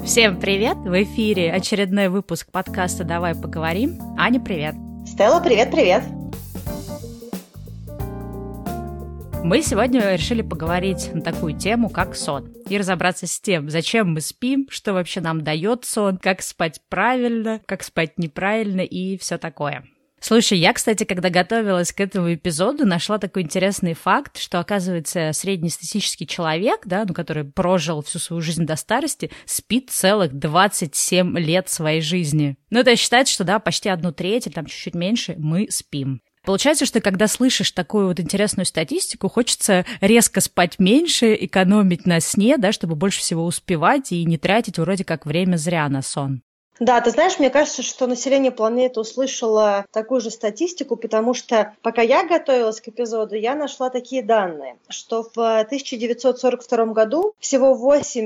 Всем привет! В эфире очередной выпуск подкаста «Давай поговорим». Аня, привет! Стелла, привет-привет! Мы сегодня решили поговорить на такую тему, как сон, и разобраться с тем, зачем мы спим, что вообще нам дает сон, как спать правильно, как спать неправильно и все такое. Слушай, я, кстати, когда готовилась к этому эпизоду, нашла такой интересный факт, что, оказывается, среднестатистический человек, да, который прожил всю свою жизнь до старости, спит целых 27 лет своей жизни. Это считается, что, да, почти 1/3 или там чуть-чуть меньше мы спим. Получается, что когда слышишь такую вот интересную статистику, хочется резко спать меньше, экономить на сне, да, чтобы больше всего успевать и не тратить вроде как время зря на сон. Да, ты знаешь, мне кажется, что население планеты услышало такую же статистику, потому что пока я готовилась к эпизоду, я нашла такие данные, что в 1942 году всего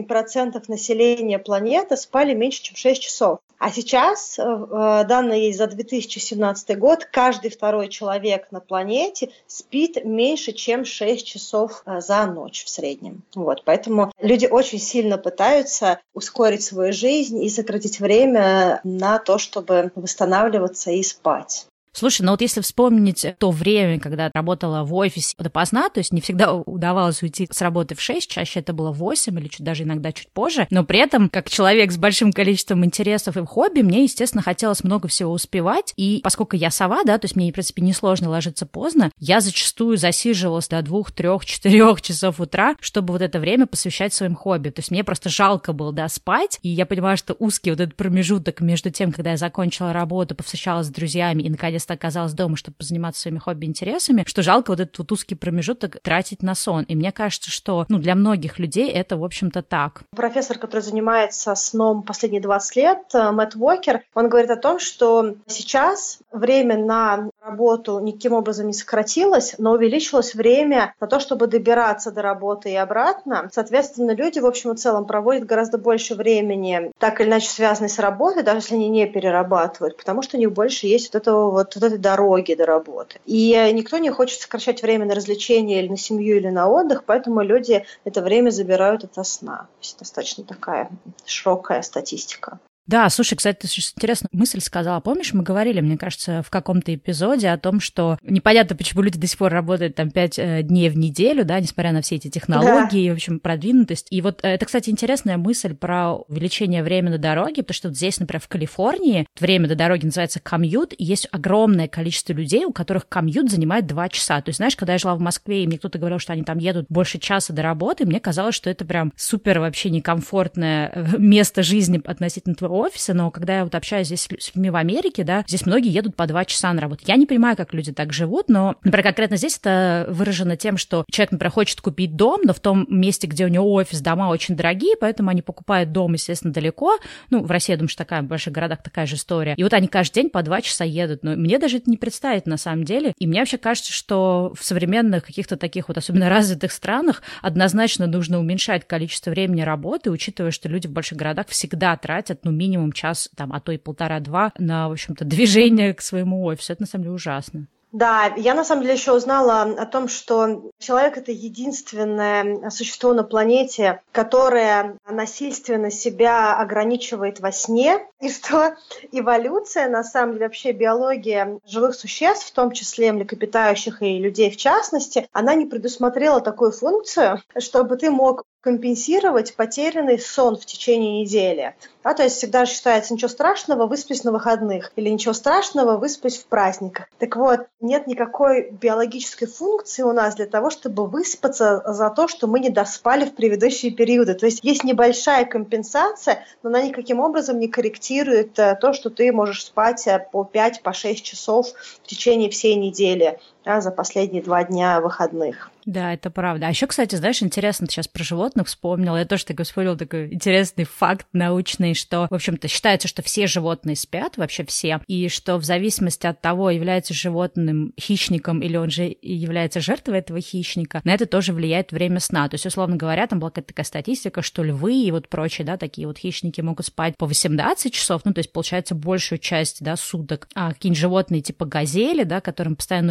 8% населения планеты спали меньше, чем 6 часов. А сейчас, данные есть за 2017 год, каждый второй человек на планете спит меньше, чем 6 часов за ночь в среднем. Поэтому люди очень сильно пытаются ускорить свою жизнь и сократить время на то, чтобы восстанавливаться и спать. Слушай, если вспомнить то время, когда работала в офисе допоздна, то есть не всегда удавалось уйти с работы в 6, чаще это было в 8 или даже иногда чуть позже, но при этом, как человек с большим количеством интересов и хобби, мне, естественно, хотелось много всего успевать, и поскольку я сова, да, то есть мне, в принципе, несложно ложиться поздно, я зачастую засиживалась до 2, 3, 4 часов утра, чтобы вот это время посвящать своим хобби, то есть мне просто жалко было, да, спать, и я понимаю, что узкий вот этот промежуток между тем, когда я закончила работу, повстречалась с друзьями и, наконец-то, оказалась дома, чтобы позаниматься своими хобби-интересами, что жалко вот этот вот узкий промежуток тратить на сон. И мне кажется, что для многих людей это, в общем-то, так. Профессор, который занимается сном последние 20 лет, Мэтт Уокер, он говорит о том, что сейчас время на работу никаким образом не сократилось, но увеличилось время на то, чтобы добираться до работы и обратно. Соответственно, люди, в общем и целом, проводят гораздо больше времени, так или иначе связанной с работой, даже если они не перерабатывают, потому что у них больше есть вот этой дороги до работы. И никто не хочет сокращать время на развлечения или на семью, или на отдых, поэтому люди это время забирают ото сна. То есть достаточно такая широкая статистика. Да, слушай, кстати, ты сейчас интересную мысль сказала. Помнишь, мы говорили, мне кажется, в каком-то эпизоде о том, что непонятно, почему люди до сих пор работают там 5 дней в неделю, да, несмотря на все эти технологии, да. В общем, продвинутость. И вот это, кстати, интересная мысль про увеличение времени на дороге, потому что вот здесь, например, в Калифорнии время до дороги называется комьют, и есть огромное количество людей, у которых комьют занимает 2 часа. То есть, знаешь, когда я жила в Москве, и мне кто-то говорил, что они там едут больше часа до работы, мне казалось, что это прям супер вообще некомфортное место жизни относительно твоего офиса, но когда я общаюсь здесь с людьми в Америке, да, здесь многие едут по 2 часа на работу. Я не понимаю, как люди так живут, но, например, конкретно здесь это выражено тем, что человек, например, хочет купить дом, но в том месте, где у него офис, дома очень дорогие, поэтому они покупают дом, естественно, далеко. В России, я думаю, что в больших городах такая же история. И вот они каждый день по 2 часа едут. Но мне даже это не представить на самом деле. И мне вообще кажется, что в современных каких-то таких особенно развитых странах однозначно нужно уменьшать количество времени работы, учитывая, что люди в больших городах всегда тратят, минимум час, а то и 1,5-2 на, в общем-то, движение к своему офису. Это, на самом деле, ужасно. Да, я на самом деле еще узнала о том, что человек – это единственное существо на планете, которое насильственно себя ограничивает во сне, и что эволюция, на самом деле, вообще биология живых существ, в том числе млекопитающих и людей в частности, она не предусмотрела такую функцию, чтобы ты мог компенсировать потерянный сон в течение недели. Да, то есть всегда считается, ничего страшного, выспись на выходных, или ничего страшного, выспись в праздниках. Так вот, нет никакой биологической функции у нас для того, чтобы выспаться за то, что мы не доспали в предыдущие периоды. То есть есть небольшая компенсация, но она никаким образом не корректирует то, что ты можешь спать по 5, по 6 часов в течение всей недели, да, за последние 2 дня выходных. Да, это правда. А еще, кстати, знаешь, интересно, ты сейчас про животных вспомнила. Я тоже вспомнила такой интересный факт научный, что, в общем-то, считается, что все животные спят, вообще все, и что в зависимости от того, является животным хищником или он же является жертвой этого хищника, на это тоже влияет время сна. То есть, условно говоря, там была какая-то такая статистика, что львы и прочие, да, такие хищники могут спать по 18 часов, то есть, получается, большую часть, да, суток. А какие-нибудь животные типа газели, да, которым постоянно нужно быть в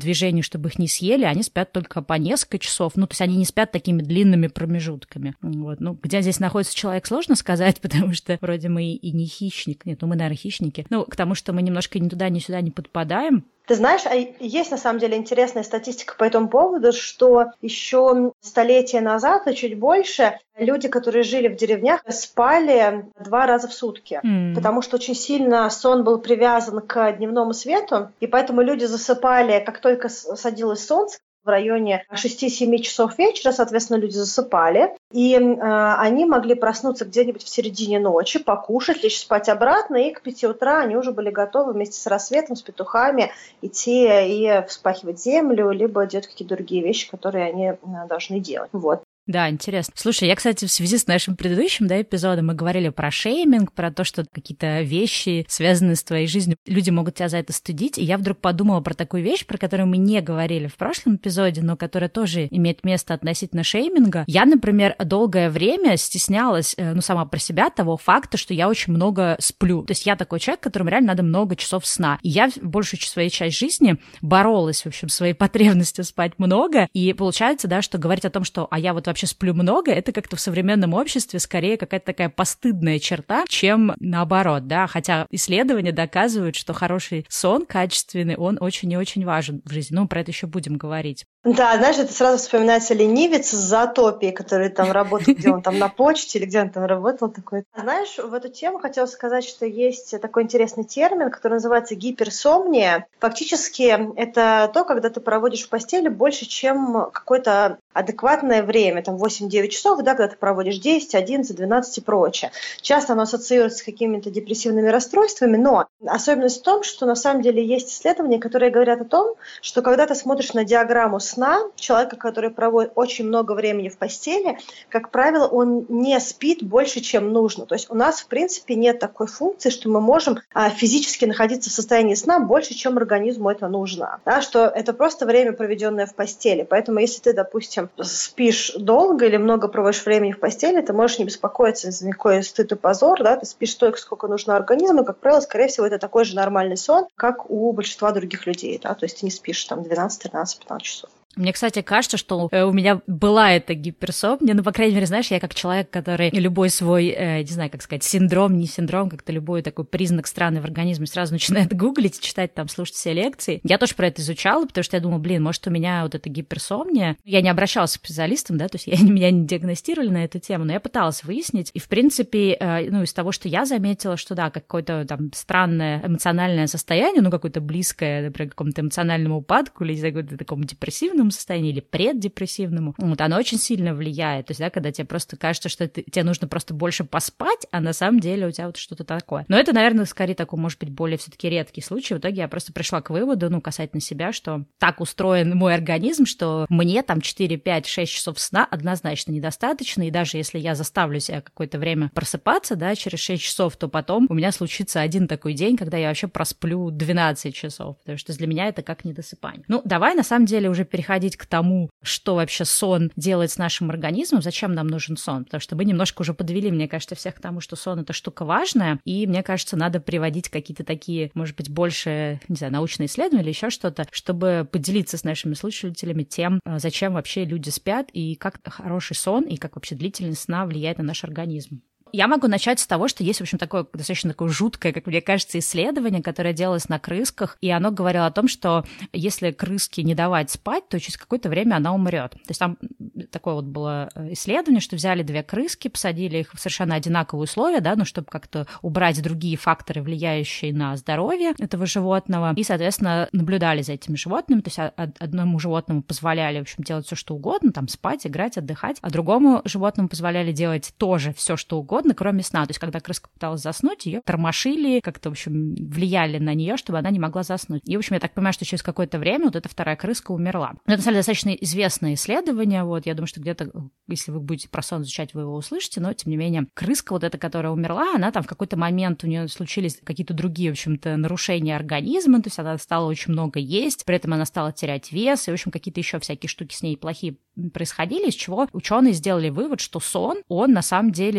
движений, чтобы их не съели, они спят только по несколько часов. Ну, то есть они не спят такими длинными промежутками. Вот. Ну, где здесь находится человек, сложно сказать, потому что вроде мы и не хищник. Нет, ну мы, наверное, хищники. Ну, к тому, что мы немножко ни туда, ни сюда не подпадаем. Ты знаешь, есть на самом деле интересная статистика по этому поводу, что еще столетия назад и чуть больше люди, которые жили в деревнях, спали 2 раза в сутки, потому что очень сильно сон был привязан к дневному свету, и поэтому люди засыпали, как только садилось солнце, в районе 6-7 часов вечера, соответственно, люди засыпали, и они могли проснуться где-нибудь в середине ночи, покушать, лечь спать обратно, и к 5 утра они уже были готовы вместе с рассветом, с петухами идти и вспахивать землю, либо делать какие-то другие вещи, которые они должны делать. Вот. Да, интересно. Слушай, я, кстати, в связи с нашим предыдущим эпизодом мы говорили про шейминг, про то, что какие-то вещи, связанные с твоей жизнью, люди могут тебя за это стыдить, и я вдруг подумала про такую вещь, про которую мы не говорили в прошлом эпизоде, но которая тоже имеет место относительно шейминга. Я, например, долгое время стеснялась, сама про себя, того факта, что я очень много сплю. То есть я такой человек, которому реально надо много часов сна. И я большую свою часть жизни боролась, в общем, своей потребностью спать много, и получается, да, что говорить о том, что я вот вообще сплю много, это как-то в современном обществе скорее какая-то такая постыдная черта, чем наоборот, да, хотя исследования доказывают, что хороший сон, качественный, он очень и очень важен в жизни. Ну, про это еще будем говорить. Да, знаешь, это сразу вспоминается ленивец из «Зоотопии», который там работает, где он там на почте или где он там работал такой. Знаешь, в эту тему хотела сказать, что есть такой интересный термин, который называется гиперсомния. Фактически это то, когда ты проводишь в постели больше, чем какое-то адекватное время, там 8-9 часов, да, когда ты проводишь 10, 11, 12 и прочее. Часто оно ассоциируется с какими-то депрессивными расстройствами, но особенность в том, что на самом деле есть исследования, которые говорят о том, что когда ты смотришь на диаграмму сна человека, который проводит очень много времени в постели, как правило, он не спит больше, чем нужно. То есть у нас, в принципе, нет такой функции, что мы можем физически находиться в состоянии сна больше, чем организму это нужно. Да, что это просто время, проведенное в постели. Поэтому если ты, допустим, спишь долго или много проводишь времени в постели, ты можешь не беспокоиться за никакой стыд и позор, да, ты спишь столько, сколько нужно организму, и, как правило, скорее всего, это такой же нормальный сон, как у большинства других людей, да, то есть ты не спишь там 12, 13, 15 часов. Мне, кстати, кажется, что у меня была эта гиперсомния, по крайней мере, знаешь, я как человек, который любой свой, не знаю, как сказать, синдром, не синдром, как-то любой такой признак странный в организме сразу начинает гуглить, читать, там, слушать все лекции. Я тоже про это изучала, потому что я думала, может, у меня вот эта гиперсомния. Я не обращалась к специалистам, да, то есть меня не диагностировали на эту тему, но я пыталась выяснить, и, в принципе, из того, что я заметила, что, да, какое-то там странное эмоциональное состояние, какое-то близкое, например, к какому-то эмоциональному упадку или, не знаю, какому-то такому депрессивному состоянии или преддепрессивному, оно очень сильно влияет. То есть, да, когда тебе просто кажется, что тебе нужно просто больше поспать, а на самом деле у тебя вот что-то такое. Но это, наверное, скорее такой, может быть, более все-таки редкий случай. В итоге я просто пришла к выводу, касательно себя, что так устроен мой организм, что мне там 4, 5, 6 часов сна однозначно недостаточно, и даже если я заставлю себя какое-то время просыпаться, да, через 6 часов, то потом у меня случится один такой день, когда я вообще просплю 12 часов, потому что для меня это как недосыпание. Давай, на самом деле, уже переходить к тому, что вообще сон делает с нашим организмом, зачем нам нужен сон, потому что мы немножко уже подвели, мне кажется, всех к тому, что сон — это штука важная, и, мне кажется, надо приводить какие-то такие, может быть, больше, не знаю, научные исследования или еще что-то, чтобы поделиться с нашими слушателями тем, зачем вообще люди спят, и как хороший сон, и как вообще длительность сна влияет на наш организм. Я могу начать с того, что есть, в общем, такое достаточно такое жуткое, как мне кажется, исследование, которое делалось на крысках, и оно говорило о том, что если крыске не давать спать, то через какое-то время она умрет. То есть там такое вот было исследование, что взяли 2 крыски, посадили их в совершенно одинаковые условия, да, чтобы как-то убрать другие факторы, влияющие на здоровье этого животного, и, соответственно, наблюдали за этими животными, то есть одному животному позволяли, в общем, делать все что угодно, там спать, играть, отдыхать, а другому животному позволяли делать тоже все что угодно, кроме сна. То есть, когда крыска пыталась заснуть, ее тормошили, как-то, в общем, влияли на нее, чтобы она не могла заснуть. И, в общем, я так понимаю, что через какое-то время вот эта вторая крыска умерла. Это, на самом деле, достаточно известное исследование. Вот, я думаю, что где-то, если вы будете про сон изучать, вы его услышите, но, тем не менее, крыска вот эта, которая умерла, она там в какой-то момент у нее случились какие-то другие, в общем-то, нарушения организма, то есть она стала очень много есть, при этом она стала терять вес, и, в общем, какие-то еще всякие штуки с ней плохие происходили, из чего ученые сделали вывод, что сон, он на самом деле очень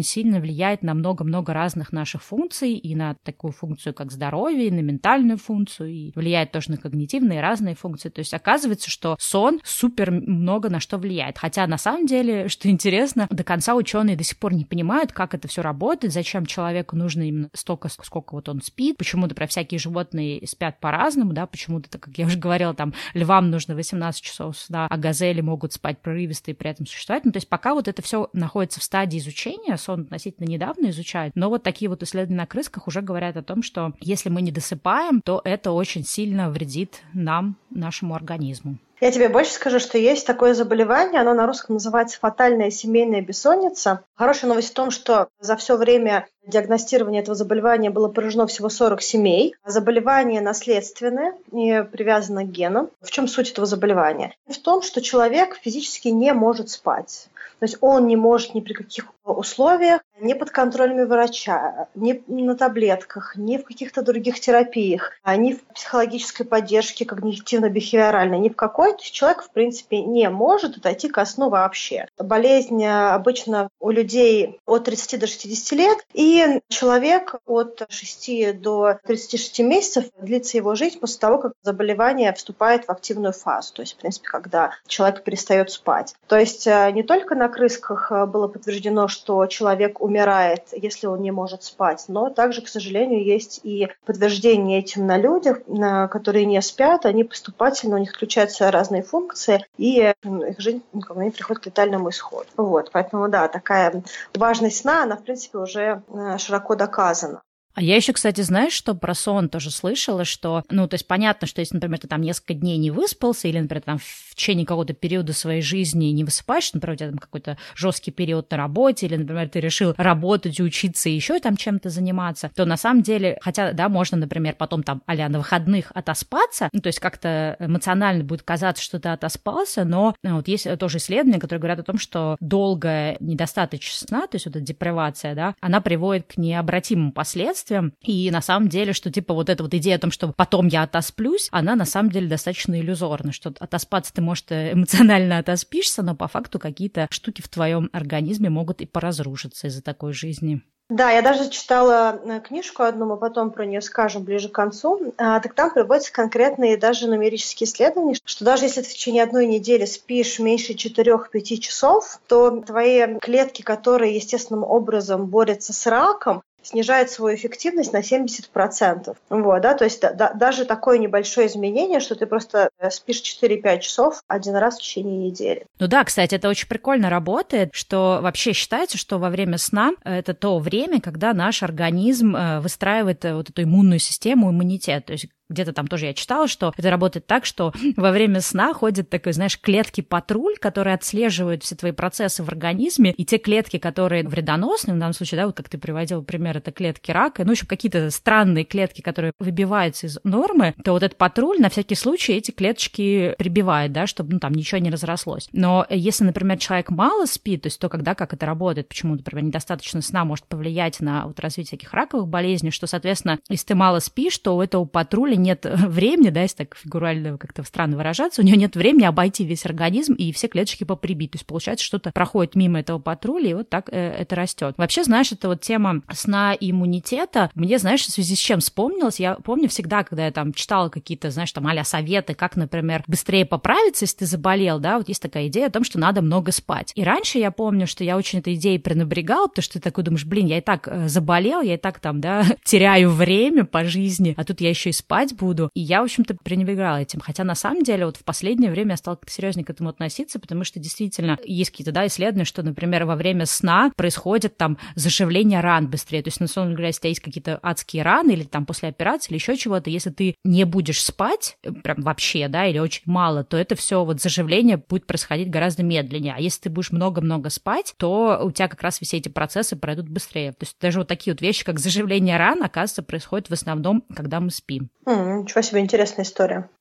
сильно влияет на много-много разных наших функций, и на такую функцию, как здоровье, и на ментальную функцию, и влияет тоже на когнитивные разные функции. То есть оказывается, что сон супер много на что влияет. Хотя на самом деле, что интересно, до конца ученые до сих пор не понимают, как это все работает, зачем человеку нужно именно столько, сколько вот он спит, почему-то про всякие животные спят по-разному, да, почему-то, как я уже говорила, там, львам нужно 18 часов сна, а газели могут спать прерывисто и при этом существовать. Ну, то есть пока вот это все находится в стадии изучения, сон относительно недавно изучают, но вот такие вот исследования на крысках уже говорят о том, что если мы не досыпаем, то это очень сильно вредит нам, нашему организму. Я тебе больше скажу, что есть такое заболевание, оно на русском называется фатальная семейная бессонница. Хорошая новость в том, что за все время диагностирования этого заболевания было поражено всего 40 семей. Заболевание наследственное и привязано к генам. В чем суть этого заболевания? В том, что человек физически не может спать. То есть он не может ни при каких условиях, ни под контролем врача, ни на таблетках, ни в каких-то других терапиях, ни в психологической поддержке когнитивно-бихевиоральной, ни в какой. То есть человек, в принципе, не может отойти ко сну вообще. Болезнь обычно у людей от 30 до 60 лет, и человек от 6 до 36 месяцев длится его жизнь после того, как заболевание вступает в активную фазу. То есть, в принципе, когда человек перестает спать. То есть не только на крысках было подтверждено, что человек умирает, если он не может спать, но также, к сожалению, есть и подтверждение этим на людях, которые не спят, они поступательно, у них включаются разные функции, и их жизнь они приходят к летальному исходу. Вот, поэтому, да, такая важность сна, она, в принципе, уже широко доказана. А я еще, кстати, знаешь, что про сон тоже слышала, что, ну, то есть понятно, что если, например, ты там несколько дней не выспался, или, например, там в течение какого-то периода своей жизни не высыпаешься, например, у тебя там какой-то жесткий период на работе, или, например, ты решил работать, учиться и еще там чем-то заниматься, то на самом деле, хотя, да, можно, например, потом там а-ля на выходных отоспаться, ну, то есть как-то эмоционально будет казаться, что ты отоспался, но вот есть тоже исследования, которые говорят о том, что долгая недостаточность сна, то есть вот эта депривация, да, она приводит к необратимым последствиям. И на самом деле, что типа вот эта вот идея о том, что потом я отосплюсь, она на самом деле достаточно иллюзорна, что отоспаться ты, может, эмоционально отоспишься, но по факту какие-то штуки в твоем организме могут и поразрушиться из-за такой жизни. Да, я даже читала книжку одну, мы потом про нее скажем ближе к концу. Так там приводятся конкретные даже нумерические исследования, что даже если ты в течение одной недели спишь меньше 4-5 часов, то твои клетки, которые естественным образом борются с раком, снижает свою эффективность на 70%. Вот, да, то есть даже такое небольшое изменение, что ты просто спишь 4-5 часов один раз в течение недели. Ну да, кстати, это очень прикольно работает, что вообще считается, что во время сна это то время, когда наш организм выстраивает вот эту иммунную систему, иммунитет. То есть где-то там тоже я читала, что это работает так, что во время сна ходит такой, знаешь, клетки-патруль, которые отслеживают все твои процессы в организме, и те клетки, которые вредоносны, в данном случае, да, вот как ты приводил пример, это клетки рака, ну, в общем, какие-то странные клетки, которые выбиваются из нормы, то вот этот патруль на всякий случай эти клеточки прибивает, да, чтобы, ну, там ничего не разрослось. Но если, например, человек мало спит, то есть то, когда, как это работает, почему, например, недостаточно сна может повлиять на вот развитие всяких раковых болезней, что, соответственно, если ты мало спишь, то у этого патруля нет времени, да, если так фигурально как-то странно выражаться, у него нет времени обойти весь организм и все клеточки поприбить. То есть, получается, что-то проходит мимо этого патруля, и вот так это растет. Вообще, знаешь, это вот тема сна и иммунитета, мне, знаешь, в связи с чем вспомнилось, я помню всегда, когда я там читала какие-то, знаешь, там а-ля советы, как, например, быстрее поправиться, если ты заболел, да, вот есть такая идея о том, что надо много спать. И раньше я помню, что я очень этой идеей пренебрегала, потому что ты такой думаешь, блин, я и так заболел, я и так там, да, теряю время по жизни, а тут я еще и спать буду. И я, в общем-то, пренебрегала этим. Хотя, на самом деле, вот в последнее время я стала как-то серьезнее к этому относиться, потому что действительно есть какие-то, да, исследования, что, например, во время сна происходит там заживление ран быстрее. То есть, на самом деле, если у тебя есть какие-то адские раны или там после операции или еще чего-то, если ты не будешь спать прям вообще, да, или очень мало, то это все вот заживление будет происходить гораздо медленнее. А если ты будешь много-много спать, то у тебя как раз все эти процессы пройдут быстрее. То есть даже вот такие вот вещи, как заживление ран, оказывается, происходят в основном, когда мы спим. Ничего себе, интересная история.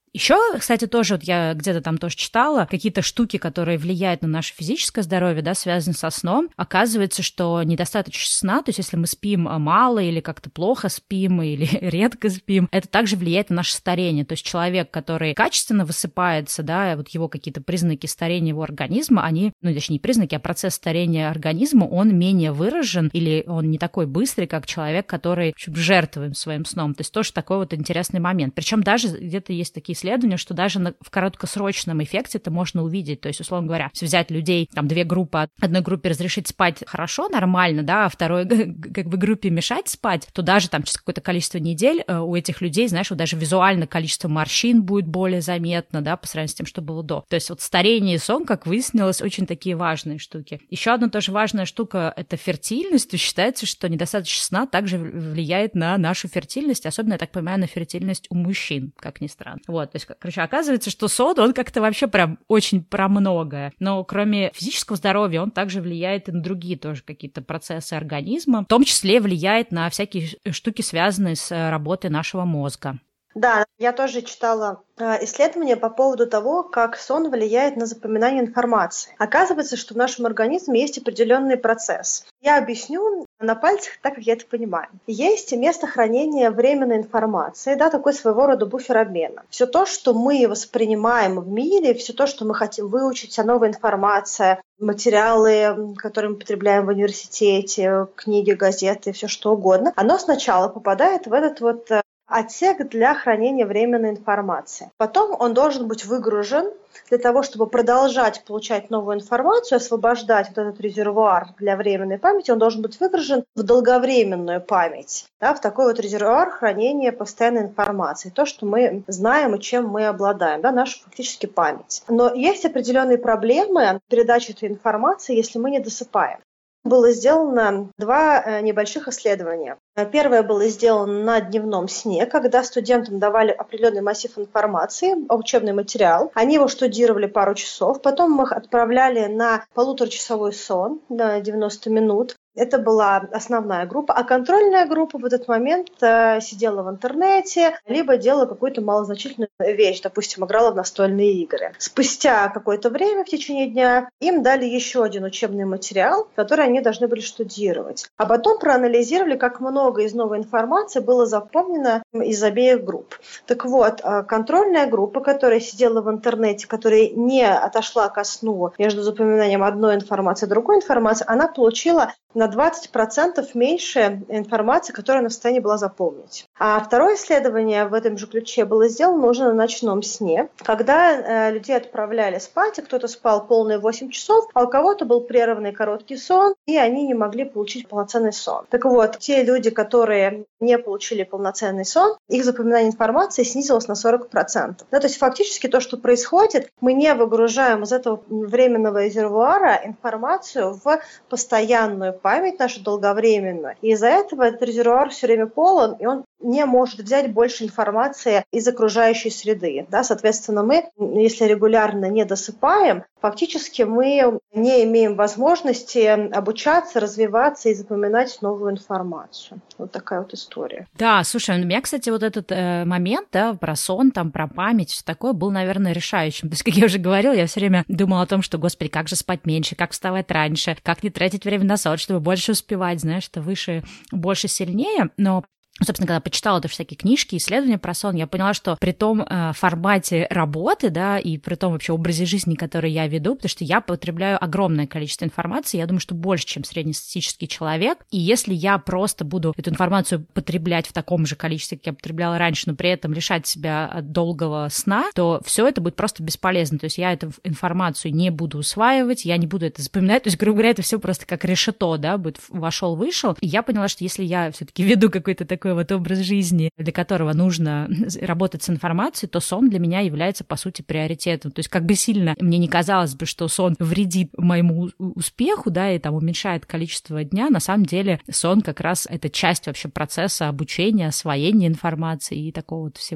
Еще, кстати, тоже вот я где-то там тоже читала, какие-то штуки, которые влияют на наше физическое здоровье, да, связаны со сном. Оказывается, что недостаточно сна, то есть если мы спим мало или как-то плохо спим или редко спим, это также влияет на наше старение. То есть человек, который качественно высыпается, да, вот его какие-то признаки старения его организма, они, ну, точнее, не признаки, а процесс старения организма, он менее выражен или он не такой быстрый, как человек, который, в общем, жертвует своим сном. То есть тоже такой вот интересный момент. Причем даже где-то есть такие исследования, что даже в короткосрочном эффекте это можно увидеть. То есть, условно говоря, если взять людей, там, две группы, одной группе разрешить спать хорошо, нормально, да, а второй как бы группе мешать спать, то даже там через какое-то количество недель у этих людей, знаешь, вот даже визуально количество морщин будет более заметно, да, по сравнению с тем, что было до. То есть вот старение и сон, как выяснилось, очень такие важные штуки. Еще одна тоже важная штука — это фертильность. То есть считается, что недостаточно сна также влияет на нашу фертильность, особенно, я так понимаю, на фертильность у мужчин, как ни странно. Вот, то есть, короче, оказывается, что сон, он как-то вообще прям очень про многое. Но кроме физического здоровья, он также влияет и на другие тоже какие-то процессы организма, в том числе влияет на всякие штуки, связанные с работой нашего мозга. Да, я тоже читала исследования по поводу того, как сон влияет на запоминание информации. Оказывается, что в нашем организме есть определенный процесс. Я объясню на пальцах так, как я это понимаю. Есть место хранения временной информации, да, такой своего рода буфер обмена. Все то, что мы воспринимаем в мире, все то, что мы хотим выучить, вся новая информация, материалы, которые мы потребляем в университете, книги, газеты, все что угодно, оно сначала попадает в этот вот отсек для хранения временной информации. Потом он должен быть выгружен для того, чтобы продолжать получать новую информацию, освобождать вот этот резервуар для временной памяти, он должен быть выгружен в долговременную память, да, в такой вот резервуар хранения постоянной информации, то, что мы знаем и чем мы обладаем, да, нашу фактически память. Но есть определенные проблемы передачи этой информации, если мы не досыпаем. Было сделано два небольших исследования. Первое было сделано на дневном сне, когда студентам давали определенный массив информации, учебный материал. Они его штудировали пару часов, потом мы их отправляли на полуторачасовой сон, на 90 минут. Это была основная группа, а контрольная группа в этот момент сидела в интернете, либо делала какую-то малозначительную вещь, допустим, играла в настольные игры. Спустя какое-то время в течение дня им дали еще один учебный материал, который они должны были штудировать. А потом проанализировали, как много из новой информации было запомнено из обеих групп. Так вот, контрольная группа, которая сидела в интернете, которая не отошла ко сну между запоминанием одной информации и другой информации, она получила на 20% меньше информации, которую она в состоянии была запомнить. А второе исследование в этом же ключе было сделано уже на ночном сне, когда людей отправляли спать, и кто-то спал полные 8 часов, а у кого-то был прерванный короткий сон, и они не могли получить полноценный сон. Так вот, те люди, которые не получили полноценный сон, их запоминание информации снизилось на 40%. Да, то есть фактически то, что происходит, мы не выгружаем из этого временного резервуара информацию в постоянную память нашу долговременную. И из-за этого этот резервуар все время полон, и он не может взять больше информации из окружающей среды. Да? Соответственно, мы, если регулярно не досыпаем, фактически мы не имеем возможности обучаться, развиваться и запоминать новую информацию. Вот такая вот история. Да, слушай, у меня, кстати, вот этот момент, да, про сон, там, про память, все такое, был, наверное, решающим. То есть, как я уже говорила, я все время думала о том, что, господи, как же спать меньше, как вставать раньше, как не тратить время на сон, чтобы больше успевать, знаешь, что выше, больше, сильнее, но... Собственно, когда почитала тоже всякие книжки, исследования про сон, я поняла, что при том формате работы, да, и при том вообще образе жизни, который я веду, потому что я потребляю огромное количество информации, я думаю, что больше, чем среднестатистический человек, и если я просто буду эту информацию потреблять в таком же количестве, как я потребляла раньше, но при этом лишать себя от долгого сна, то все это будет просто бесполезно, то есть я эту информацию не буду усваивать, я не буду это запоминать, то есть, грубо говоря, это все просто как решето, да, будет вошел-вышел, и я поняла, что если я все-таки веду какой-то такой вот образ жизни, для которого нужно работать с информацией, то сон для меня является, по сути, приоритетом. То есть как бы сильно мне не казалось бы, что сон вредит моему успеху, да, и там уменьшает количество дня, на самом деле сон как раз это часть вообще процесса обучения, освоения информации и такого вот всего.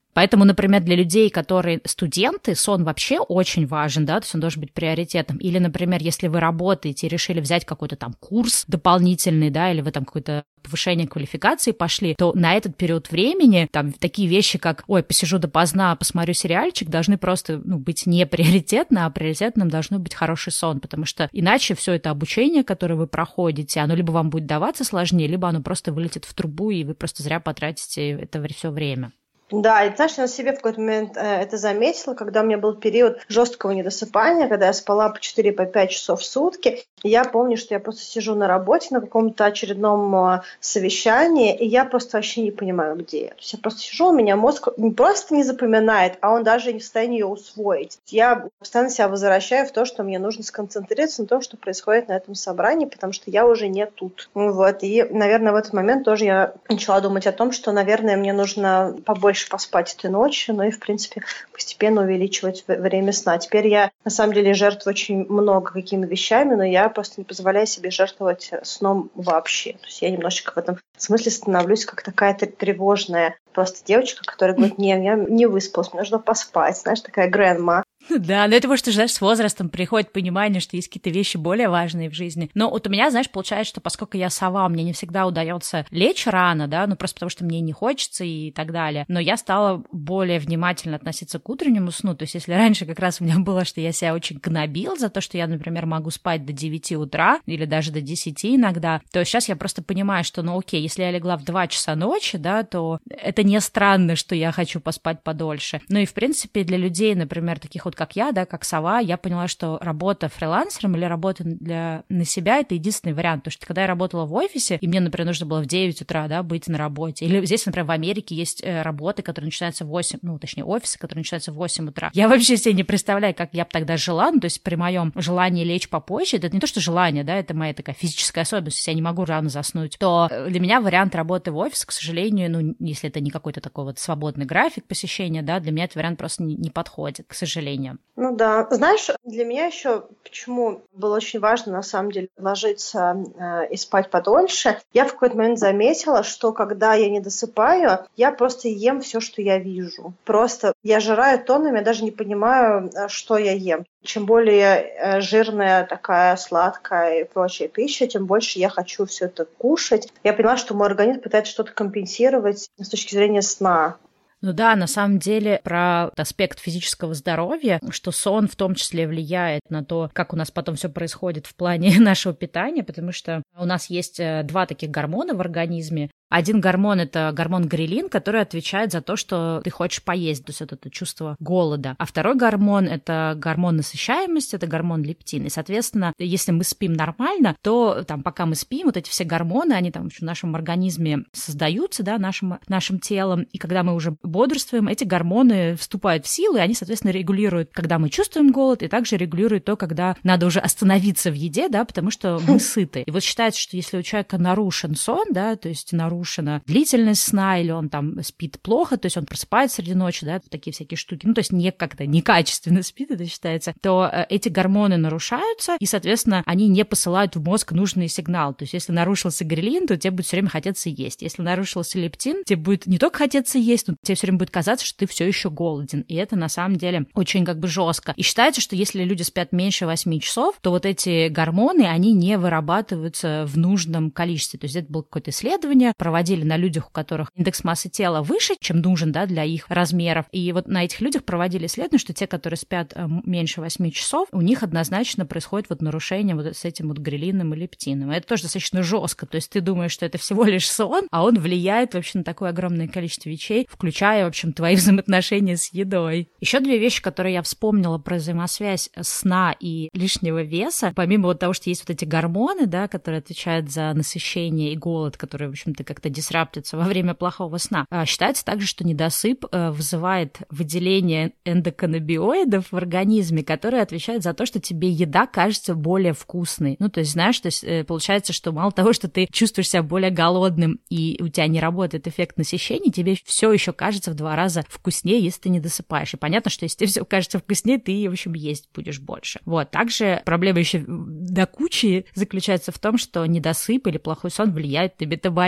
Поэтому, например, для людей, которые студенты, сон вообще очень важен, да, то есть он должен быть приоритетом. Или, например, если вы работаете и решили взять какой-то там курс дополнительный, да, или вы там какое-то повышение квалификации пошли, то на этот период времени там такие вещи, как, ой, посижу допоздна, посмотрю сериальчик, должны просто быть не приоритетно, а приоритетным должно быть хороший сон, потому что иначе все это обучение, которое вы проходите, оно либо вам будет даваться сложнее, либо оно просто вылетит в трубу, и вы просто зря потратите это все время. Да, и знаешь, я на себе в какой-то момент это заметила, когда у меня был период жесткого недосыпания, когда я спала по 4-5 часов в сутки. И я помню, что я просто сижу на работе на каком-то очередном совещании, и я просто вообще не понимаю, где я. То есть я просто сижу, у меня мозг не просто не запоминает, а он даже не в состоянии ее усвоить. Я постоянно себя возвращаю в то, что мне нужно сконцентрироваться на том, что происходит на этом собрании, потому что я уже не тут. Вот. И, наверное, в этот момент тоже я начала думать о том, что, наверное, мне нужно побольше поспать этой ночью, ну и, в принципе, постепенно увеличивать время сна. Теперь я, на самом деле, жертвую очень много какими вещами, но я просто не позволяю себе жертвовать сном вообще. То есть я немножечко в этом смысле становлюсь как такая тревожная просто девочка, которая говорит, не, я не выспалась, мне нужно поспать. Знаешь, такая грандма. Да, но это потому что, знаешь, с возрастом приходит понимание, что есть какие-то вещи более важные в жизни. Но вот у меня, знаешь, получается, что поскольку я сова, мне не всегда удается лечь рано, да, ну просто потому что мне не хочется и так далее. Но я стала более внимательно относиться к утреннему сну. То есть если раньше как раз у меня было, что я себя очень гнобил за то, что я, например, могу спать до 9 утра или даже до 10 иногда, то сейчас я просто понимаю, что, ну окей, если я легла в 2 часа ночи, да, то это не странно, что я хочу поспать подольше. Ну и, в принципе, для людей, например, таких вот как я, да, как сова, я поняла, что работа фрилансером или работа на себя — это единственный вариант, потому что когда я работала в офисе, и мне, например, нужно было в 9 утра, да, быть на работе, или здесь, например, в Америке есть работы, которые начинаются в 8, ну, точнее, офисы, которые начинаются в 8 утра. Я вообще себе не представляю, как я бы тогда жила, ну, то есть при моем желании лечь попозже, это не то, что желание, да, это моя такая физическая особенность, если я не могу рано заснуть, то для меня вариант работы в офисе, к сожалению, ну, если это не какой-то такой вот свободный график посещения, да, для меня этот вариант просто не подходит, к сожалению. Ну да. Знаешь, для меня еще почему было очень важно, на самом деле, ложиться и спать подольше. Я в какой-то момент заметила, что когда я не досыпаю, я просто ем все, что я вижу. Просто я жираю тоннами, я даже не понимаю, что я ем. Чем более жирная, такая сладкая и прочая пища, тем больше я хочу все это кушать. Я поняла, что мой организм пытается что-то компенсировать с точки зрения сна. Ну да, на самом деле про аспект физического здоровья, что сон в том числе влияет на то, как у нас потом все происходит в плане нашего питания, потому что у нас есть 2 таких гормона в организме. Один гормон — это гормон грелин, который отвечает за то, что ты хочешь поесть, то есть это чувство голода. А второй гормон — это гормон насыщаемости, это гормон лептин. И, соответственно, если мы спим нормально, то там, пока мы спим, вот эти все гормоны, они там в нашем организме создаются, да, нашим телом. И когда мы уже бодрствуем, эти гормоны вступают в силу, и они, соответственно, регулируют, когда мы чувствуем голод, и также регулируют то, когда надо уже остановиться в еде, да, потому что мы сыты. И вот считается, что если у человека нарушен сон, да, то есть нарушена длительность сна, или он там спит плохо, то есть он просыпается среди ночи, да, такие всякие штуки, ну, то есть не как-то некачественно спит, это считается, то эти гормоны нарушаются, и, соответственно, они не посылают в мозг нужный сигнал. То есть если нарушился грелин, то тебе будет все время хотеться есть. Если нарушился лептин, тебе будет не только хотеться есть, но тебе все время будет казаться, что ты все еще голоден. И это на самом деле очень как бы жестко. И считается, что если люди спят меньше 8 часов, то вот эти гормоны, они не вырабатываются в нужном количестве. То есть это было какое-то исследование, проводили на людях, у которых индекс массы тела выше, чем нужен, да, для их размеров. И вот на этих людях проводили исследование, что те, которые спят меньше 8 часов, у них однозначно происходит вот нарушение вот с этим вот грелином и лептином. И это тоже достаточно жестко. То есть ты думаешь, что это всего лишь сон, а он влияет вообще на такое огромное количество вещей, включая, в общем, твои взаимоотношения с едой. Еще 2 вещи, которые я вспомнила про взаимосвязь сна и лишнего веса. Помимо вот того, что есть вот эти гормоны, да, которые отвечают за насыщение и голод, которые, в общем-то, как-то дисраптятся во время плохого сна. Считается также, что недосып вызывает выделение эндоканнабиоидов в организме, которые отвечают за то, что тебе еда кажется более вкусной. Ну, то есть, знаешь, то есть, получается, что мало того, что ты чувствуешь себя более голодным и у тебя не работает эффект насыщения, тебе все еще кажется в 2 раза вкуснее, если ты не досыпаешь. И понятно, что если тебе все кажется вкуснее, ты, в общем, есть будешь больше. Вот. Также проблема еще до кучи заключается в том, что недосып или плохой сон влияет на метаболизм. То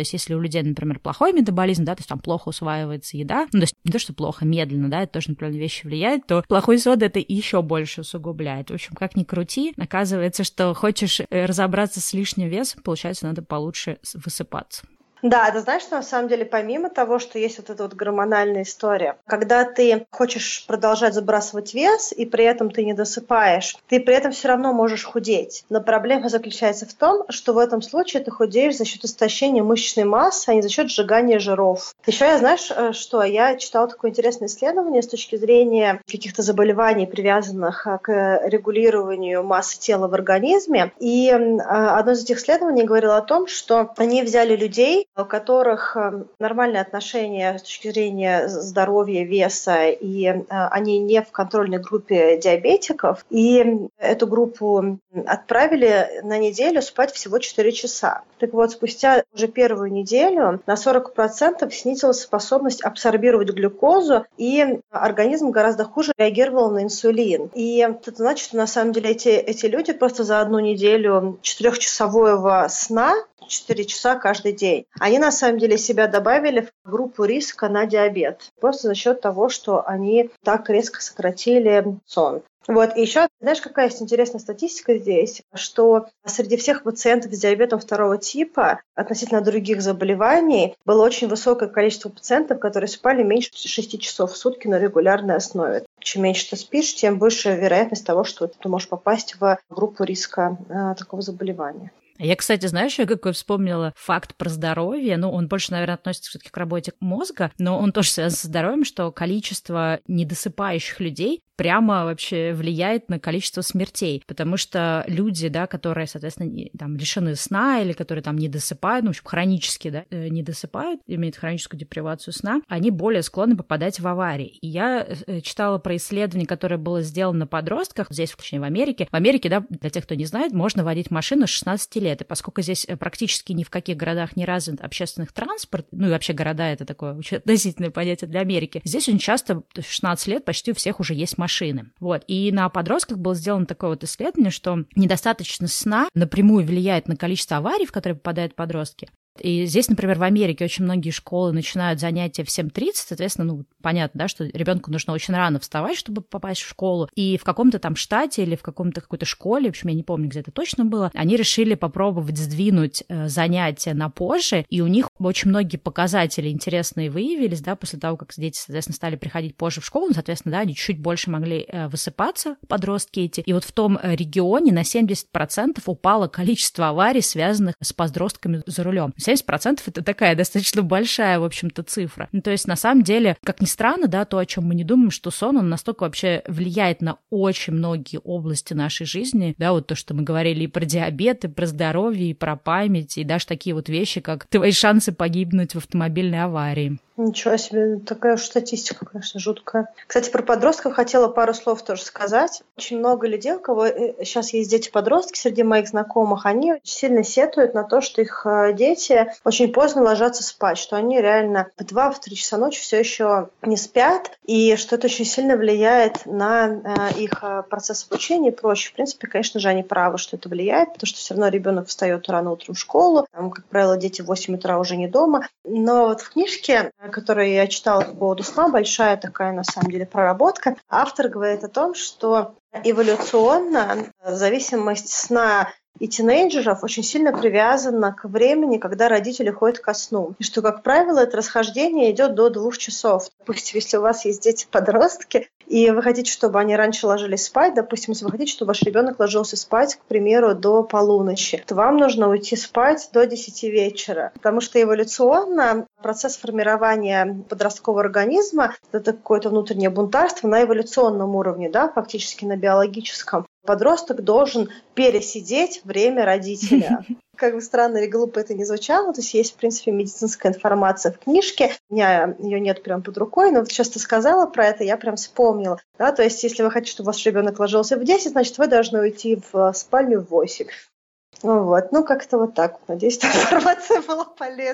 есть если у людей, например, плохой метаболизм, да, то есть там плохо усваивается еда, ну, то есть не то, что плохо, медленно, да, это тоже на определенные вещи влияет, то плохой сон это еще больше усугубляет. В общем, как ни крути, оказывается, что хочешь разобраться с лишним весом, получается, надо получше высыпаться. Да, ты знаешь, что на самом деле помимо того, что есть вот эта вот гормональная история, когда ты хочешь продолжать забрасывать вес, и при этом ты не досыпаешь, ты при этом все равно можешь худеть. Но проблема заключается в том, что в этом случае ты худеешь за счет истощения мышечной массы, а не за счет сжигания жиров. Еще я, знаешь, что? Я читала такое интересное исследование с точки зрения каких-то заболеваний, привязанных к регулированию массы тела в организме. И одно из этих исследований говорило о том, что они взяли людей, у которых нормальные отношения с точки зрения здоровья, веса, и они не в контрольной группе диабетиков, и эту группу отправили на неделю спать всего 4 часа. Так вот, спустя уже первую неделю на 40% снизилась способность абсорбировать глюкозу, и организм гораздо хуже реагировал на инсулин. И это значит, что на самом деле эти люди просто за одну неделю 4-часового сна, 4 часа каждый день, они на самом деле себя добавили в группу риска на диабет. Просто за счет того, что они так резко сократили сон. Вот, и еще, знаешь, какая есть интересная статистика здесь, что среди всех пациентов с диабетом второго типа относительно других заболеваний было очень высокое количество пациентов, которые спали меньше 6 часов в сутки на регулярной основе. Чем меньше ты спишь, тем выше вероятность того, что ты можешь попасть в группу риска такого заболевания. Я, кстати, знаешь, я какой вспомнила факт про здоровье, ну, он больше, наверное, относится все-таки к работе мозга, но он тоже связан со здоровьем, что количество недосыпающих людей прямо вообще влияет на количество смертей, потому что люди, да, которые, соответственно, там, лишены сна или которые там не досыпают, ну, в общем, хронически, да, не досыпают, имеют хроническую депривацию сна, они более склонны попадать в аварии. И я читала про исследование, которое было сделано на подростках, здесь, точнее, в Америке. В Америке, да, для тех, кто не знает, можно водить машину с 16 лет, и поскольку здесь практически ни в каких городах не развит общественный транспорт, ну, и вообще города — это такое очень относительное понятие для Америки, здесь очень часто в 16 лет почти у всех уже есть машины. Вот. И на подростках было сделано такое вот исследование, что недостаточность сна напрямую влияет на количество аварий, в которые попадают подростки. И здесь, например, в Америке очень многие школы начинают занятия в 7:30, соответственно, ну, понятно, да, что ребенку нужно очень рано вставать, чтобы попасть в школу. И в каком-то там штате или в какой-то школе, в общем, я не помню, где это точно было, они решили попробовать сдвинуть занятия на позже, и у них очень многие показатели интересные выявились, да, после того, как дети, соответственно, стали приходить позже в школу, ну, соответственно, да, они чуть больше могли высыпаться, подростки эти. И вот в том регионе на 70% упало количество аварий, связанных с подростками за рулем. 70% это такая достаточно большая, в общем-то, цифра. Ну, то есть, на самом деле, как ни странно, да, то, о чем мы не думаем, что сон, он настолько вообще влияет на очень многие области нашей жизни, да, вот то, что мы говорили и про диабет, и про здоровье, и про память, и даже такие вот вещи, как твои шансы погибнуть в автомобильной аварии. Ничего себе, такая уж статистика, конечно, жуткая. Кстати, про подростков хотела пару слов тоже сказать. Очень много людей, у кого сейчас есть дети-подростки среди моих знакомых, они очень сильно сетуют на то, что их дети очень поздно ложатся спать, что они реально в 2-3 часа ночи все еще не спят, и что это очень сильно влияет на их процесс обучения и прочее. В принципе, конечно же, они правы, что это влияет, потому что все равно ребенок встает рано утром в школу, там, как правило, дети в 8 утра уже не дома. Но вот в книжке, которую я читала по поводу сна, большая такая, на самом деле, проработка, автор говорит о том, что эволюционно зависимость сна и тинейджеров очень сильно привязана к времени, когда родители ходят ко сну. И что, как правило, это расхождение идет до 2 часов. Допустим, если у вас есть дети-подростки, и вы хотите, чтобы они раньше ложились спать, допустим, если вы хотите, чтобы ваш ребенок ложился спать, к примеру, до полуночи, то вам нужно уйти спать до 10 вечера. Потому что эволюционно процесс формирования подросткового организма – это какое-то внутреннее бунтарство на эволюционном уровне, да, фактически на биологическом. Подросток должен пересидеть время родителя. Как бы странно или глупо это ни звучало, то есть в принципе, медицинская информация в книжке, у меня ее нет прям под рукой, но вот сейчас ты сказала про это, я прям вспомнила. Да? То есть если вы хотите, чтобы ваш ребенок ложился в 10, значит, вы должны уйти в спальню в 8. Вот. Ну, как-то вот так. Надеюсь, эта информация была полезной.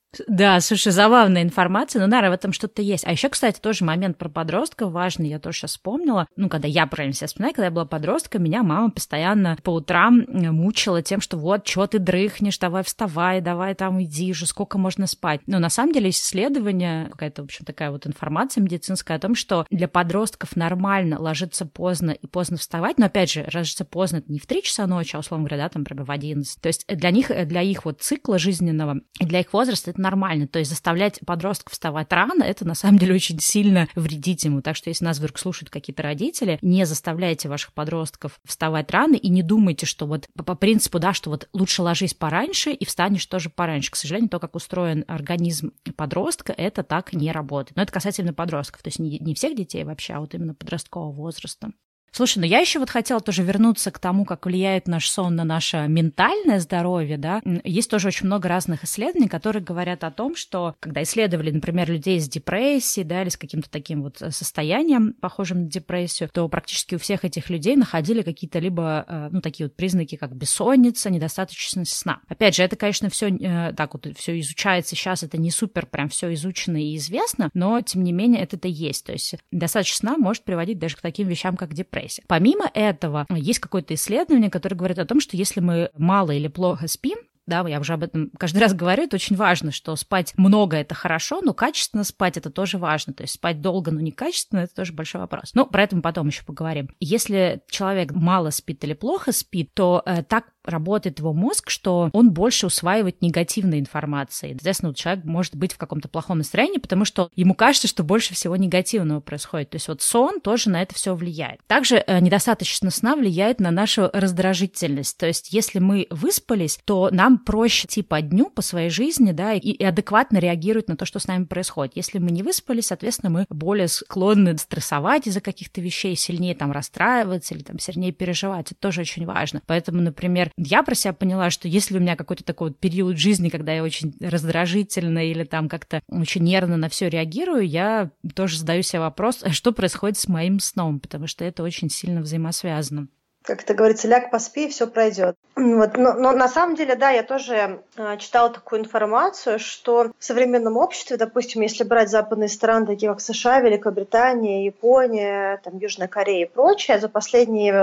Да, слушай, забавная информация, но, наверное, в этом что-то есть. А еще, кстати, тоже момент про подростков важный, я тоже сейчас вспомнила. Когда я правильно себя вспоминаю, когда я была подростком, меня мама постоянно по утрам мучила тем, что вот, чего ты дрыхнешь, давай вставай, давай там иди же, сколько можно спать. Но на самом деле есть исследование, какая-то, в общем, такая вот информация медицинская о том, что для подростков нормально ложиться поздно и поздно вставать, но, опять же, ложиться поздно — это не в 3 часа ночи, а, условно говоря, да, там, например, в 11. То есть для них, для их вот цикла жизненного и для их возраста это нормально. То есть заставлять подростков вставать рано — это на самом деле очень сильно вредит ему. Так что если нас вдруг слушают какие-то родители, не заставляйте ваших подростков вставать рано и не думайте, что вот по принципу, да, что вот лучше ложись пораньше и встанешь тоже пораньше. К сожалению, то, как устроен организм подростка, это так не работает. Но это касательно подростков, то есть не всех детей вообще, а вот именно подросткового возраста. Слушай, я еще вот хотела тоже вернуться к тому, как влияет наш сон на наше ментальное здоровье, да. Есть тоже очень много разных исследований, которые говорят о том, что когда исследовали, например, людей с депрессией, да, или с каким-то таким вот состоянием, похожим на депрессию, то практически у всех этих людей находили какие-то либо, такие вот признаки, как бессонница, недостаточность сна. Опять же, это, конечно, все так вот все изучается сейчас, это не супер прям все изучено и известно, но, тем не менее, это есть. То есть недостаточность сна может приводить даже к таким вещам, как депрессия. Помимо этого, есть какое-то исследование, которое говорит о том, что если мы мало или плохо спим, да, я уже об этом каждый раз говорю, это очень важно, что спать много — это хорошо, но качественно спать — это тоже важно. То есть спать долго, но некачественно — это тоже большой вопрос. Про это мы потом еще поговорим. Если человек мало спит или плохо спит, то так работает его мозг, что он больше усваивает негативной информации. Естественно, человек может быть в каком-то плохом настроении, потому что ему кажется, что больше всего негативного происходит. То есть вот сон тоже на это все влияет. Также недостаточно сна влияет на нашу раздражительность. То есть если мы выспались, то нам проще идти по дню, по своей жизни, да, и адекватно реагировать на то, что с нами происходит. Если мы не выспались, соответственно, мы более склонны стрессовать из-за каких-то вещей, сильнее там расстраиваться или там сильнее переживать. Это тоже очень важно. Поэтому, например, я про себя поняла, что если у меня какой-то такой вот период жизни, когда я очень раздражительна или там как-то очень нервно на все реагирую, я тоже задаю себе вопрос, что происходит с моим сном, потому что это очень сильно взаимосвязано. Как это говорится, ляг, поспи, и все пройдет. Вот. Но на самом деле, да, я тоже читала такую информацию, что в современном обществе, допустим, если брать западные страны, такие как США, Великобритания, Япония, там, Южная Корея и прочее, за последние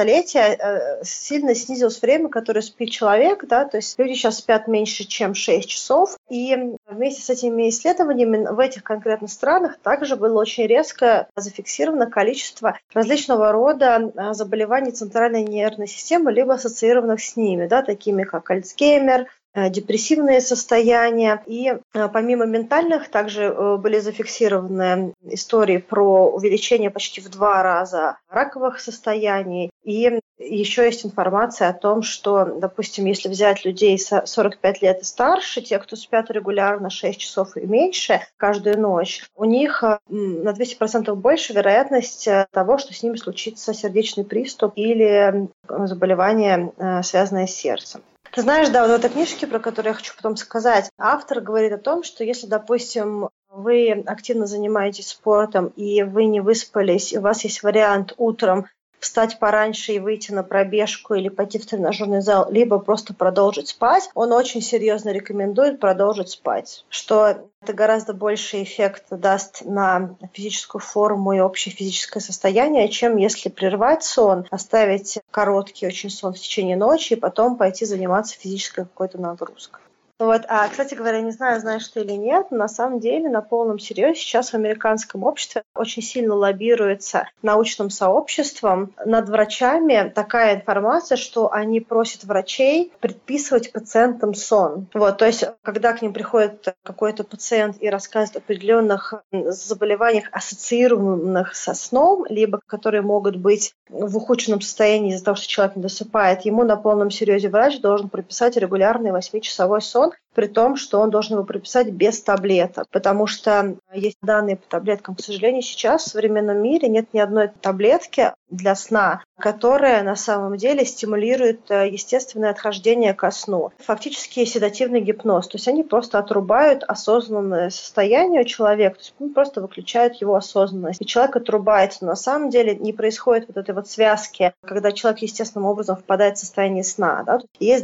столетия сильно снизилось время, которое спит человек, да, то есть люди сейчас спят меньше, чем 6 часов, и вместе с этими исследованиями в этих конкретных странах также было очень резко зафиксировано количество различного рода заболеваний центральной нервной системы, либо ассоциированных с ними, да, такими как Альцгеймер, депрессивные состояния. И помимо ментальных, также были зафиксированы истории про увеличение почти в 2 раза раковых состояний. И еще есть информация о том, что, допустим, если взять людей 45 лет и старше, те, кто спят регулярно 6 часов и меньше каждую ночь, у них на 200% больше вероятность того, что с ними случится сердечный приступ или заболевание, связанное с сердцем. Ты знаешь, да, вот в этой книжке, про которую я хочу потом сказать, автор говорит о том, что если, допустим, вы активно занимаетесь спортом и вы не выспались, и у вас есть вариант утром встать пораньше и выйти на пробежку или пойти в тренажерный зал, либо просто продолжить спать, он очень серьезно рекомендует продолжить спать, что это гораздо больший эффект даст на физическую форму и общее физическое состояние, чем если прервать сон, оставить короткий очень сон в течение ночи и потом пойти заниматься физической какой-то нагрузкой. Вот. А, кстати говоря, не знаю, знаешь ты или нет, но на самом деле на полном серьезе сейчас в американском обществе очень сильно лоббируется научным сообществом над врачами такая информация, что они просят врачей предписывать пациентам сон. Вот. То есть, когда к ним приходит какой-то пациент и рассказывает о определенных заболеваниях, ассоциированных со сном, либо которые могут быть в ухудшенном состоянии из-за того, что человек не досыпает, ему на полном серьезе врач должен прописать регулярный 8-часовой сон, при том, что он должен его прописать без таблеток, потому что есть данные по таблеткам. К сожалению, сейчас в современном мире нет ни одной таблетки для сна, которая на самом деле стимулирует естественное отхождение ко сну. Фактически седативный гипноз, то есть они просто отрубают осознанное состояние у человека, то есть просто выключают его осознанность. И человек отрубается, но на самом деле не происходит вот этой вот связки, когда человек естественным образом впадает в состояние сна. Да? Есть даже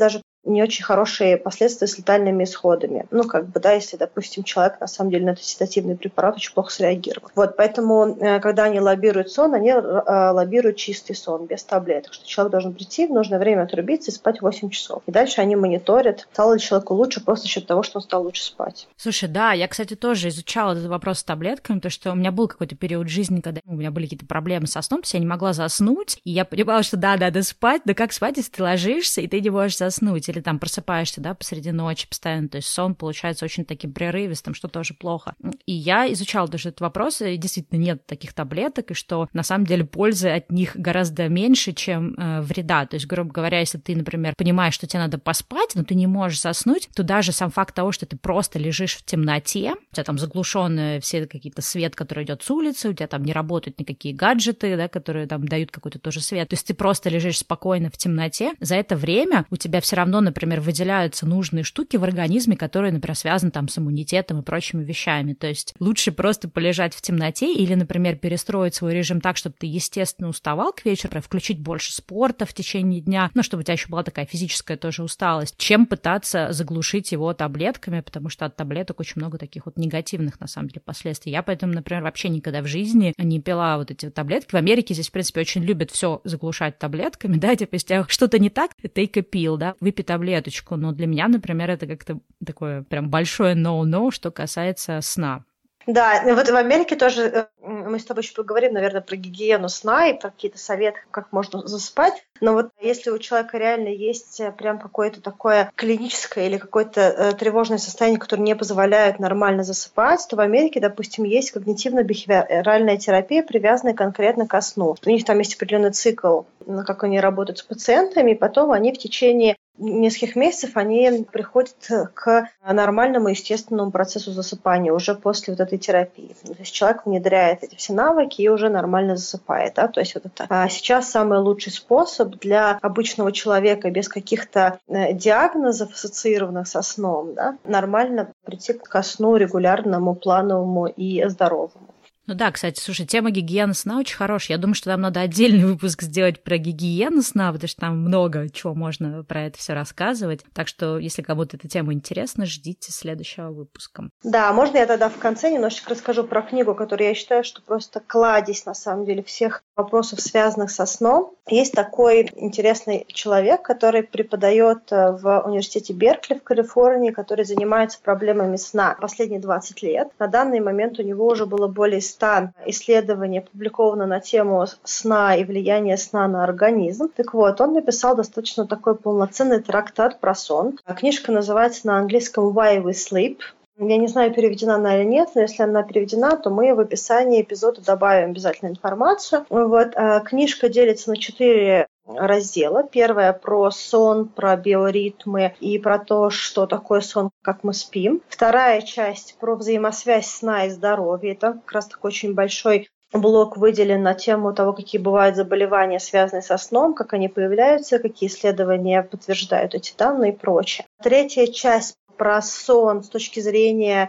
не очень хорошие последствия с летальными исходами. Если, допустим, человек на самом деле на этот седативный препарат очень плохо среагировал. Поэтому, когда они лоббируют сон, они лоббируют чистый сон, без таблеток, что человек должен прийти в нужное время отрубиться и спать 8 часов. И дальше они мониторят, стало ли человеку лучше просто за счет того, что он стал лучше спать. Слушай, да, я, кстати, тоже изучала этот вопрос с таблетками, потому что у меня был какой-то период жизни, когда у меня были какие-то проблемы со сном, то есть я не могла заснуть, и я понимала, что да, надо спать, но как спать, если ты ложишься, и ты не можешь заснуть, или там просыпаешься, да, посреди ночи постоянно, то есть сон получается очень таким прерывистым, что тоже плохо. И я изучала тоже этот вопрос, и действительно нет таких таблеток, и что на самом деле пользы от них гораздо меньше, чем вреда. То есть, грубо говоря, если ты, например, понимаешь, что тебе надо поспать, но ты не можешь заснуть, то даже сам факт того, что ты просто лежишь в темноте, у тебя там заглушенные все какие-то свет, который идет с улицы, у тебя там не работают никакие гаджеты, да, которые там дают какой-то тоже свет. То есть ты просто лежишь спокойно в темноте. За это время у тебя все равно, например, выделяются нужные штуки в организме, которые, например, связаны там с иммунитетом и прочими вещами. То есть лучше просто полежать в темноте или, например, перестроить свой режим так, чтобы ты, естественно, уставал к вечеру, включить больше спорта в течение дня, чтобы у тебя еще была такая физическая тоже усталость, чем пытаться заглушить его таблетками, потому что от таблеток очень много таких вот негативных, на самом деле, последствий. Я поэтому, например, вообще никогда в жизни не пила вот эти вот таблетки. В Америке здесь, в принципе, очень любят все заглушать таблетками, да, типа, если что-то не так, take a pill, да, выпей таблеточку. Но для меня, например, это как-то такое прям большое no-no, что касается сна. Да, вот в Америке тоже мы с тобой еще поговорим, наверное, про гигиену сна и про какие-то советы, как можно засыпать. Но вот если у человека реально есть прям какое-то такое клиническое или какое-то тревожное состояние, которое не позволяет нормально засыпать, то в Америке, допустим, есть когнитивно-бихевиоральная терапия, привязанная конкретно ко сну. У них там есть определенный цикл, как они работают с пациентами, и потом они в течение нескольких месяцев они приходят к нормальному естественному процессу засыпания уже после вот этой терапии. То есть человек внедряет эти все навыки и уже нормально засыпает. Да? То есть вот это сейчас самый лучший способ для обычного человека без каких-то диагнозов, ассоциированных со сном, да? Нормально прийти ко сну регулярному, плановому и здоровому. Ну да, кстати, слушай, тема гигиены сна очень хорошая. Я думаю, что нам надо отдельный выпуск сделать про гигиену сна, потому что там много чего можно про это все рассказывать. Так что, если кому-то эта тема интересна, ждите следующего выпуска. Да, можно я тогда в конце немножечко расскажу про книгу, которую я считаю, что просто кладезь, на самом деле, всех вопросов, связанных со сном. Есть такой интересный человек, который преподает в университете Беркли в Калифорнии, который занимается проблемами сна последние 20 лет. На данный момент у него уже было более 100 исследований опубликовано на тему сна и влияния сна на организм. Так вот, он написал достаточно такой полноценный трактат про сон. Книжка называется на английском «Why We Sleep». Я не знаю, переведена она или нет, но если она переведена, то мы в описании эпизода добавим обязательно информацию. Книжка делится на 4 раздела. Первое про сон, про биоритмы и про то, что такое сон, как мы спим. Вторая часть про взаимосвязь сна и здоровья. Это как раз такой очень большой блок выделен на тему того, какие бывают заболевания, связанные со сном, как они появляются, какие исследования подтверждают эти данные и прочее. Третья часть про сон с точки зрения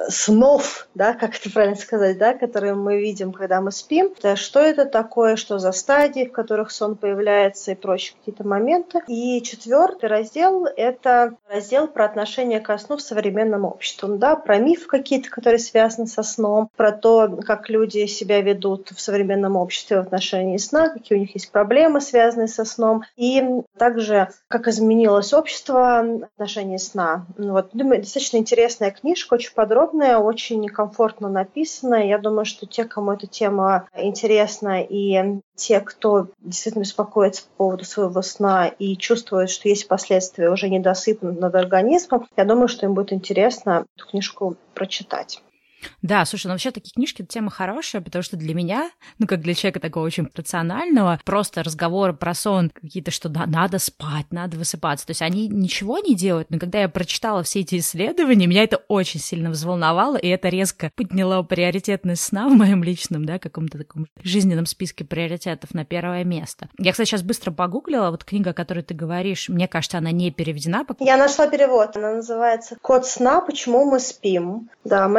снов, да, как это правильно сказать, да, которые мы видим, когда мы спим. Что это такое, что за стадии, в которых сон появляется и прочие какие-то моменты. И 4-й раздел – это раздел про отношение ко сну в современном обществе. Да, про мифы какие-то, которые связаны со сном, про то, как люди себя ведут в современном обществе в отношении сна, какие у них есть проблемы, связанные со сном, и также, как изменилось общество в отношении сна. Думаю, достаточно интересная книжка, очень подробная, очень комфортно написанная. Я думаю, что те, кому эта тема интересна, и те, кто действительно беспокоится по поводу своего сна и чувствует, что есть последствия уже недосыпа над организмом, я думаю, что им будет интересно эту книжку прочитать. Да, слушай, вообще такие книжки — это тема хорошая, потому что для меня, как для человека такого очень рационального, просто разговоры про сон какие-то, что да, надо спать, надо высыпаться, то есть они ничего не делают, но когда я прочитала все эти исследования, меня это очень сильно взволновало, и это резко подняло приоритетность сна в моем личном, да, каком-то таком жизненном списке приоритетов на первое место. Я, кстати, сейчас быстро погуглила, книга, о которой ты говоришь, мне кажется, она не переведена. Я нашла перевод, она называется «Код сна. Почему мы спим». Да, Мэтью Уоллес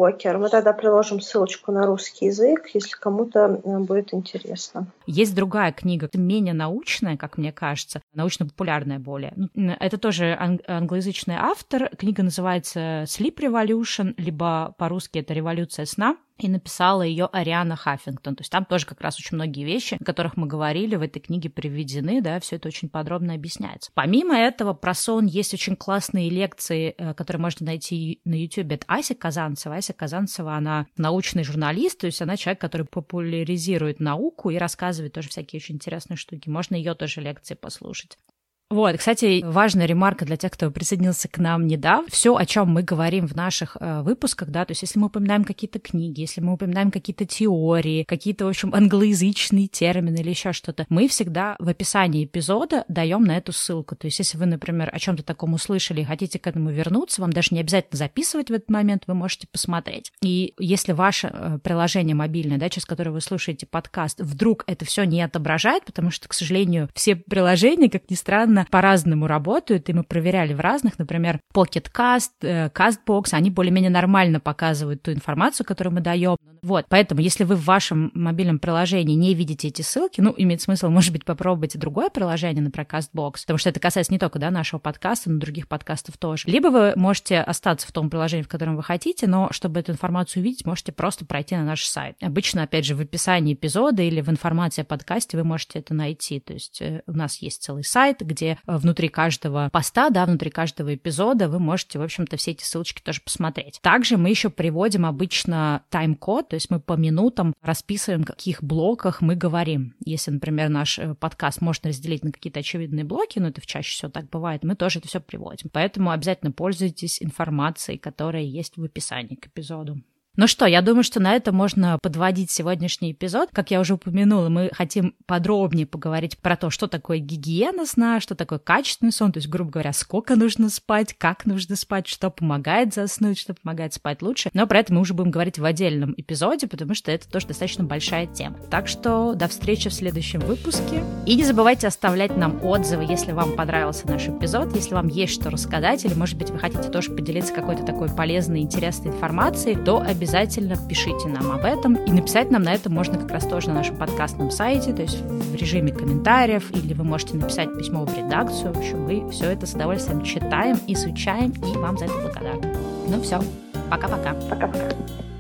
Уокер. Мы тогда приложим ссылочку на русский язык, если кому-то будет интересно. Есть другая книга, менее научная, как мне кажется, научно-популярная более. Это тоже англоязычный автор. Книга называется «Sleep Revolution», либо по-русски это «Революция сна». И написала ее Ариана Хаффингтон. То есть там тоже как раз очень многие вещи, о которых мы говорили, в этой книге приведены, да, все это очень подробно объясняется. Помимо этого, про сон есть очень классные лекции, которые можно найти на YouTube от Аси Казанцева. Ася Казанцева, она научный журналист, то есть она человек, который популяризирует науку и рассказывает тоже всякие очень интересные штуки. Можно ее тоже лекции послушать. Вот, кстати, важная ремарка для тех, кто присоединился к нам недавно. Все, о чем мы говорим в наших выпусках, да, то есть если мы упоминаем какие-то книги, если мы упоминаем какие-то теории, какие-то, в общем, англоязычные термины или еще что-то, мы всегда в описании эпизода даем на эту ссылку. То есть если вы, например, о чем-то таком услышали и хотите к этому вернуться, вам даже не обязательно записывать в этот момент, вы можете посмотреть. И если ваше приложение мобильное, да, через которое вы слушаете подкаст, вдруг это все не отображает, потому что, к сожалению, все приложения, как ни странно, по-разному работают, и мы проверяли в разных, например, Pocket Cast, CastBox, они более-менее нормально показывают ту информацию, которую мы даем. Вот, поэтому, если вы в вашем мобильном приложении не видите эти ссылки, имеет смысл, может быть, попробовать другое приложение, например, CastBox, потому что это касается не только, да, нашего подкаста, но и других подкастов тоже. Либо вы можете остаться в том приложении, в котором вы хотите, но чтобы эту информацию увидеть, можете просто пройти на наш сайт. Обычно, опять же, в описании эпизода или в информации о подкасте вы можете это найти. То есть у нас есть целый сайт, где внутри каждого поста, да, внутри каждого эпизода вы можете, в общем-то, все эти ссылочки тоже посмотреть. Также мы еще приводим обычно тайм-код, то есть мы по минутам расписываем, в каких блоках мы говорим. Если, например, наш подкаст можно разделить на какие-то очевидные блоки, но это чаще всего так бывает, мы тоже это все приводим. Поэтому обязательно пользуйтесь информацией, которая есть в описании к эпизоду. Ну что, я думаю, что на этом можно подводить сегодняшний эпизод. Как я уже упомянула, мы хотим подробнее поговорить про то, что такое гигиена сна, что такое качественный сон, то есть, грубо говоря, сколько нужно спать, как нужно спать, что помогает заснуть, что помогает спать лучше. Но про это мы уже будем говорить в отдельном эпизоде, потому что это тоже достаточно большая тема. Так что до встречи в следующем выпуске. И не забывайте оставлять нам отзывы, если вам понравился наш эпизод, если вам есть что рассказать, или, может быть, вы хотите тоже поделиться какой-то такой полезной, интересной информацией, то обязательно пишите нам об этом. И написать нам на это можно как раз тоже на нашем подкастном сайте, то есть в режиме комментариев, или вы можете написать письмо в редакцию. В общем, мы все это с удовольствием читаем, изучаем, и вам за это благодарны. Ну все, пока-пока. Пока-пока.